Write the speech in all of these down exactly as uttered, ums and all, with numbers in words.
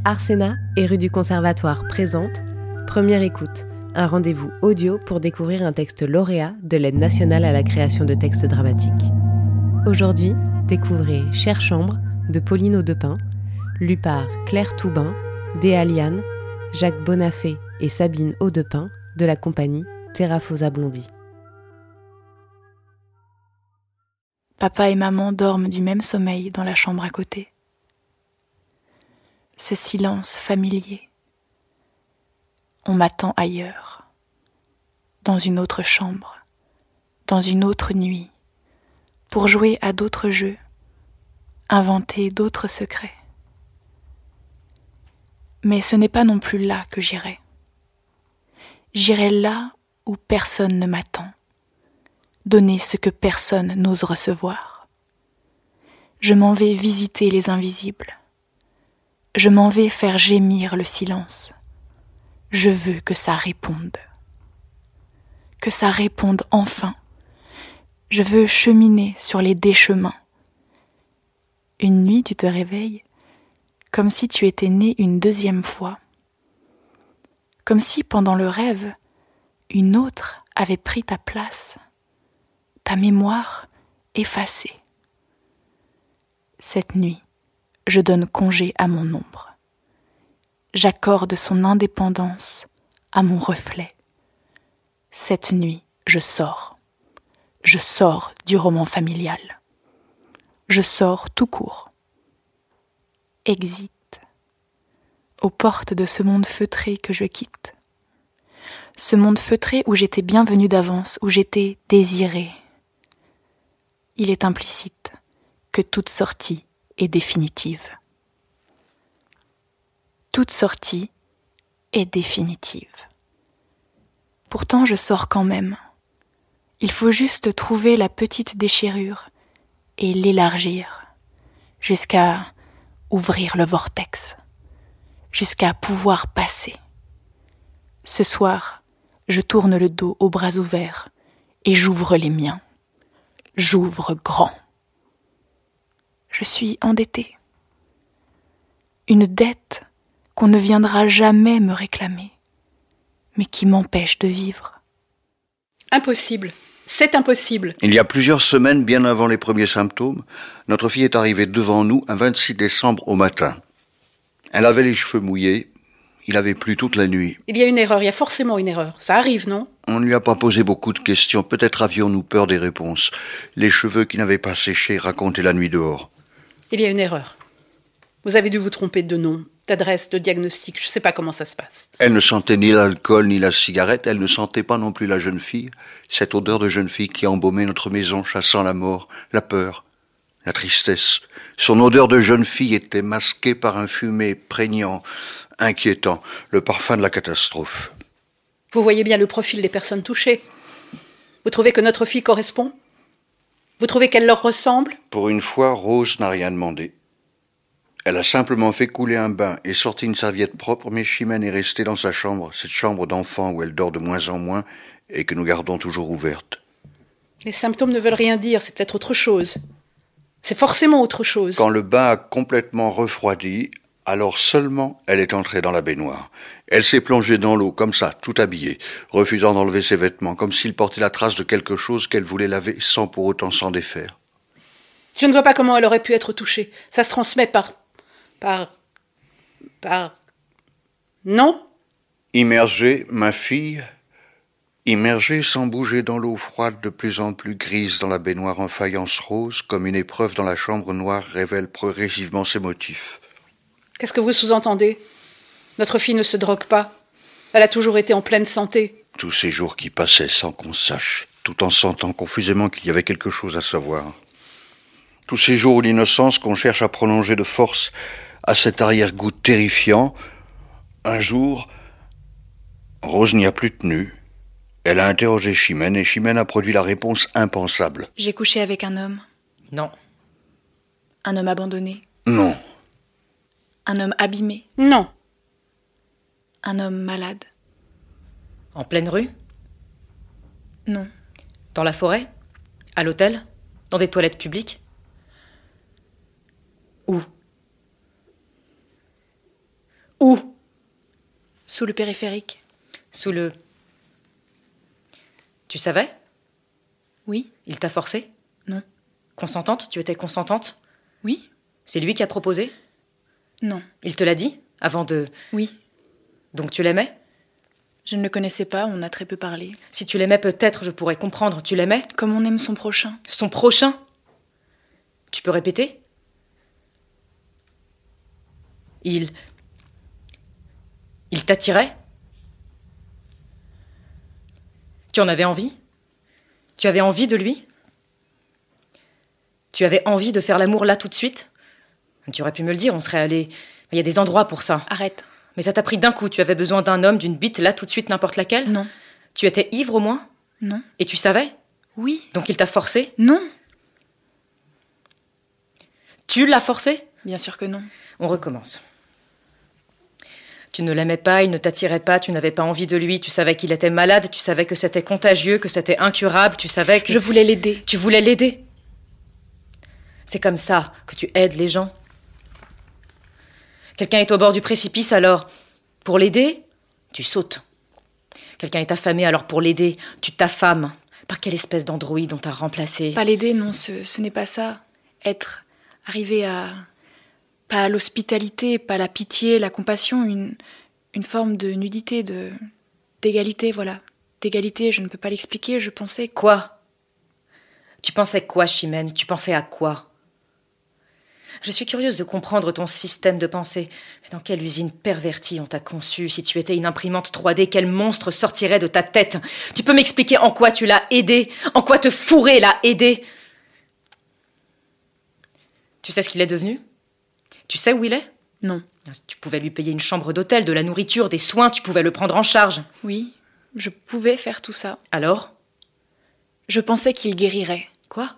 Arsena et rue du Conservatoire présente Première écoute, un rendez-vous audio pour découvrir un texte lauréat de l'aide nationale à la création de textes dramatiques. Aujourd'hui, découvrez Chère chambre de Pauline Audepin, lu par Claire Toubin, Déa Liane, Jacques Bonafé et Sabine Audepin de la compagnie Terra Fosa Blondie. Papa et maman dorment du même sommeil dans la chambre à côté. Ce silence familier. On m'attend ailleurs, dans une autre chambre, dans une autre nuit, pour jouer à d'autres jeux, inventer d'autres secrets. Mais ce n'est pas non plus là que j'irai. J'irai là où personne ne m'attend, donner ce que personne n'ose recevoir. Je m'en vais visiter les invisibles. Je m'en vais faire gémir le silence. Je veux que ça réponde. Que ça réponde enfin. Je veux cheminer sur les déchemins. Une nuit, tu te réveilles comme si tu étais né une deuxième fois. Comme si, pendant le rêve, une autre avait pris ta place, ta mémoire effacée. Cette nuit, je donne congé à mon ombre. J'accorde son indépendance à mon reflet. Cette nuit, je sors. Je sors du roman familial. Je sors tout court. Exit. Aux portes de ce monde feutré que je quitte. Ce monde feutré où j'étais bienvenue d'avance, où j'étais désirée. Il est implicite que toute sortie est définitive. Toute sortie est définitive. Pourtant, je sors quand même. Il faut juste trouver la petite déchirure et l'élargir jusqu'à ouvrir le vortex, jusqu'à pouvoir passer. Ce soir, je tourne le dos aux bras ouverts et j'ouvre les miens. J'ouvre grand. Je suis endettée. Une dette qu'on ne viendra jamais me réclamer, mais qui m'empêche de vivre. Impossible. C'est impossible. Il y a plusieurs semaines, bien avant les premiers symptômes, notre fille est arrivée devant nous un vingt-six décembre au matin. Elle avait les cheveux mouillés. Il avait plu toute la nuit. Il y a une erreur, il y a forcément une erreur. Ça arrive, non ? On ne lui a pas posé beaucoup de questions. Peut-être avions-nous peur des réponses. Les cheveux qui n'avaient pas séché racontaient la nuit dehors. Il y a une erreur. Vous avez dû vous tromper de nom, d'adresse, de diagnostic. Je ne sais pas comment ça se passe. Elle ne sentait ni l'alcool ni la cigarette. Elle ne sentait pas non plus la jeune fille. Cette odeur de jeune fille qui embaumait notre maison, chassant la mort, la peur, la tristesse. Son odeur de jeune fille était masquée par un fumet prégnant, inquiétant, le parfum de la catastrophe. Vous voyez bien le profil des personnes touchées. Vous trouvez que notre fille correspond ? Vous trouvez qu'elle leur ressemble ? Pour une fois, Rose n'a rien demandé. Elle a simplement fait couler un bain et sorti une serviette propre, mais Chimène est restée dans sa chambre, cette chambre d'enfant où elle dort de moins en moins et que nous gardons toujours ouverte. Les symptômes ne veulent rien dire, c'est peut-être autre chose. C'est forcément autre chose. Quand le bain a complètement refroidi, alors seulement elle est entrée dans la baignoire. Elle s'est plongée dans l'eau, comme ça, tout habillée, refusant d'enlever ses vêtements, comme s'il portait la trace de quelque chose qu'elle voulait laver sans pour autant s'en défaire. Je ne vois pas comment elle aurait pu être touchée. Ça se transmet par... par... par... Non ? Immergée, ma fille, immergée sans bouger dans l'eau froide de plus en plus grise dans la baignoire en faïence rose, comme une épreuve dans la chambre noire révèle progressivement ses motifs. Qu'est-ce que vous sous-entendez ? Notre fille ne se drogue pas. Elle a toujours été en pleine santé. Tous ces jours qui passaient sans qu'on sache, tout en sentant confusément qu'il y avait quelque chose à savoir. Tous ces jours où l'innocence qu'on cherche à prolonger de force a cet arrière-goût terrifiant. Un jour, Rose n'y a plus tenu. Elle a interrogé Chimène et Chimène a produit la réponse impensable. J'ai couché avec un homme. Non. Un homme abandonné. Non. Un homme abîmé. Non. Un homme malade. En pleine rue ? Non. Dans la forêt ? À l'hôtel ? Dans des toilettes publiques ? Où ? Où? Sous le périphérique. Sous le... Tu savais? Oui. Il t'a forcé? Non. Consentante? Tu étais consentante? Oui. C'est lui qui a proposé? Non. Il te l'a dit? Avant de... Oui. Donc tu l'aimais? Je ne le connaissais pas, on a très peu parlé. Si tu l'aimais, peut-être je pourrais comprendre. Tu l'aimais? Comme on aime son prochain. Son prochain? Tu peux répéter? Il... Il t'attirait? Tu en avais envie? Tu avais envie de lui? Tu avais envie de faire l'amour là tout de suite? Tu aurais pu me le dire, on serait allé... Il y a des endroits pour ça. Arrête. Mais ça t'a pris d'un coup, tu avais besoin d'un homme, d'une bite, là tout de suite, n'importe laquelle? Non. Tu étais ivre au moins? Non. Et tu savais? Oui. Donc il t'a forcé? Non. Tu l'as forcé? Bien sûr que non. On recommence. Tu ne l'aimais pas, il ne t'attirait pas, tu n'avais pas envie de lui, tu savais qu'il était malade, tu savais que c'était contagieux, que c'était incurable, tu savais que... Je voulais l'aider. Tu voulais l'aider. C'est comme ça que tu aides les gens. Quelqu'un est au bord du précipice, alors, pour l'aider, tu sautes. Quelqu'un est affamé, alors pour l'aider, tu t'affames. Par quelle espèce d'androïde on t'a remplacé? Pas l'aider, non, ce, ce n'est pas ça. Être, arriver à... Pas l'hospitalité, pas la pitié, la compassion, une, une forme de nudité, de d'égalité, voilà. D'égalité, je ne peux pas l'expliquer, je pensais... Quoi? Tu pensais quoi, Chimène? Tu pensais à quoi? Je suis curieuse de comprendre ton système de pensée. Mais dans quelle usine pervertie on t'a conçu? Si tu étais une imprimante trois D, quel monstre sortirait de ta tête? Tu peux m'expliquer en quoi tu l'as aidé? En quoi te fourrer l'a aidé? Tu sais ce qu'il est devenu? Tu sais où il est? Non. Tu pouvais lui payer une chambre d'hôtel, de la nourriture, des soins, tu pouvais le prendre en charge. Oui, je pouvais faire tout ça. Alors? Je pensais qu'il guérirait. Quoi?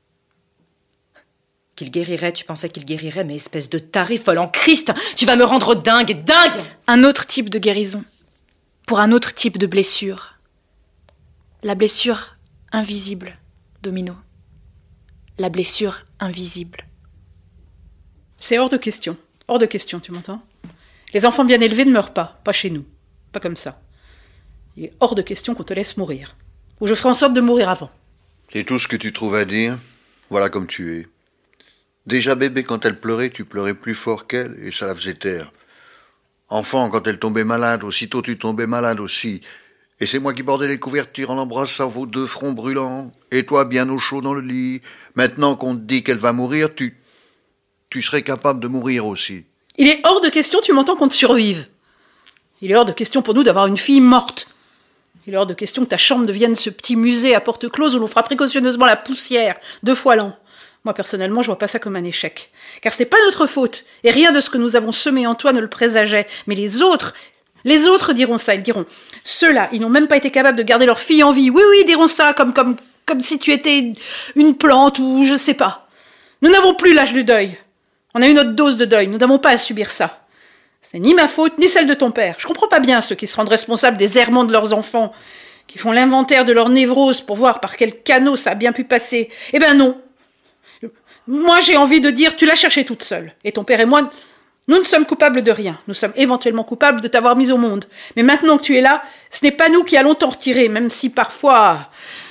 Qu'il guérirait, tu pensais qu'il guérirait, mais espèce de taré folle en Christ! Tu vas me rendre dingue, dingue! Un autre type de guérison. Pour un autre type de blessure. La blessure invisible, Domino. La blessure invisible. C'est hors de question. Hors de question, tu m'entends? Les enfants bien élevés ne meurent pas. Pas chez nous. Pas comme ça. Il est hors de question qu'on te laisse mourir. Ou je ferai en sorte de mourir avant. C'est tout ce que tu trouves à dire? Voilà comme tu es. Déjà bébé, quand elle pleurait, tu pleurais plus fort qu'elle, et ça la faisait taire. Enfant, quand elle tombait malade, aussitôt tu tombais malade aussi. Et c'est moi qui bordais les couvertures en embrassant vos deux fronts brûlants, et toi bien au chaud dans le lit. Maintenant qu'on te dit qu'elle va mourir, tu... tu serais capable de mourir aussi. Il est hors de question, tu m'entends, qu'on te survive. Il est hors de question pour nous d'avoir une fille morte. Il est hors de question que ta chambre devienne ce petit musée à porte close où l'on fera précautionneusement la poussière, deux fois l'an. Moi, personnellement, je vois pas ça comme un échec. Car ce n'est pas notre faute, et rien de ce que nous avons semé en toi ne le présageait. Mais les autres, les autres diront ça, ils diront. Ceux-là, ils n'ont même pas été capables de garder leur fille en vie. Oui, oui, ils diront ça, comme, comme, comme si tu étais une plante ou je sais pas. Nous n'avons plus l'âge du deuil. On a eu notre dose de deuil, nous n'avons pas à subir ça. C'est ni ma faute, ni celle de ton père. Je comprends pas bien ceux qui se rendent responsables des errements de leurs enfants, qui font l'inventaire de leur névrose pour voir par quel canot ça a bien pu passer. Eh ben non. Moi, j'ai envie de dire, tu l'as cherché toute seule. Et ton père et moi, nous ne sommes coupables de rien. Nous sommes éventuellement coupables de t'avoir mise au monde. Mais maintenant que tu es là, ce n'est pas nous qui allons t'en retirer, même si parfois...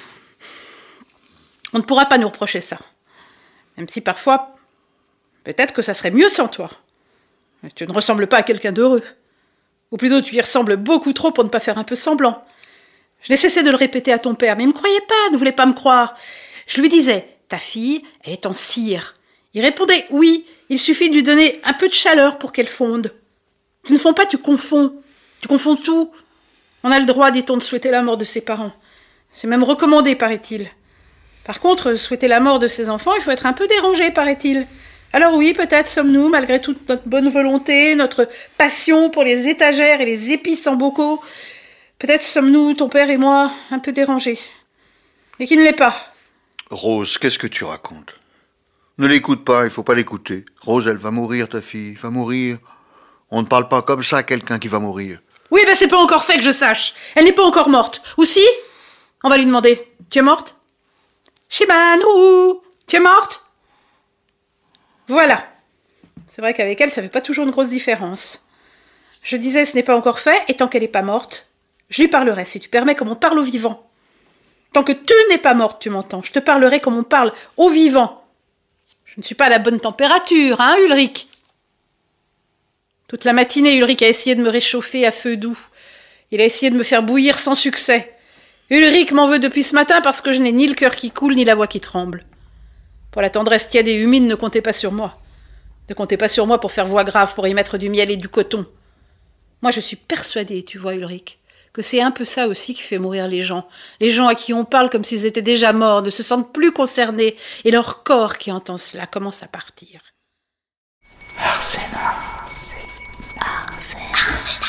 On ne pourra pas nous reprocher ça. Même si parfois, peut-être que ça serait mieux sans toi. Mais tu ne ressembles pas à quelqu'un d'heureux. Ou plutôt, tu y ressembles beaucoup trop pour ne pas faire un peu semblant. Je n'ai cessé de le répéter à ton père, mais il ne me croyait pas, ne voulait pas me croire. Je lui disais... Ta fille, elle est en cire. Il répondait « Oui, il suffit de lui donner un peu de chaleur pour qu'elle fonde. » Tu ne fonds pas, tu confonds. Tu confonds tout. On a le droit, dit-on, de souhaiter la mort de ses parents. C'est même recommandé, paraît-il. Par contre, souhaiter la mort de ses enfants, il faut être un peu dérangé, paraît-il. Alors oui, peut-être sommes-nous, malgré toute notre bonne volonté, notre passion pour les étagères et les épices en bocaux, peut-être sommes-nous, ton père et moi, un peu dérangés. Mais qui ne l'est pas. Rose, qu'est-ce que tu racontes? Ne l'écoute pas, il faut pas l'écouter. Rose, elle va mourir, ta fille, va mourir. On ne parle pas comme ça à quelqu'un qui va mourir. Oui, ben c'est pas encore fait que je sache. Elle n'est pas encore morte. Ou si? On va lui demander. Tu es morte? Chimène, ouh, tu es morte? Voilà. C'est vrai qu'avec elle, ça fait pas toujours une grosse différence. Je disais, ce n'est pas encore fait, et tant qu'elle n'est pas morte, je lui parlerai, si tu permets, comme on parle aux vivants. Tant que tu n'es pas morte, tu m'entends, je te parlerai comme on parle aux vivants. Je ne suis pas à la bonne température, hein, Ulrich? Toute la matinée, Ulrich a essayé de me réchauffer à feu doux. Il a essayé de me faire bouillir sans succès. Ulrich m'en veut depuis ce matin parce que je n'ai ni le cœur qui coule, ni la voix qui tremble. Pour la tendresse tiède et humide, ne comptez pas sur moi. Ne comptez pas sur moi pour faire voix grave, pour y mettre du miel et du coton. Moi, je suis persuadée, tu vois, Ulrich, que c'est un peu ça aussi qui fait mourir les gens. Les gens à qui on parle comme s'ils étaient déjà morts, ne se sentent plus concernés, et leur corps qui entend cela commence à partir. Arsena. Arsena. Arsena.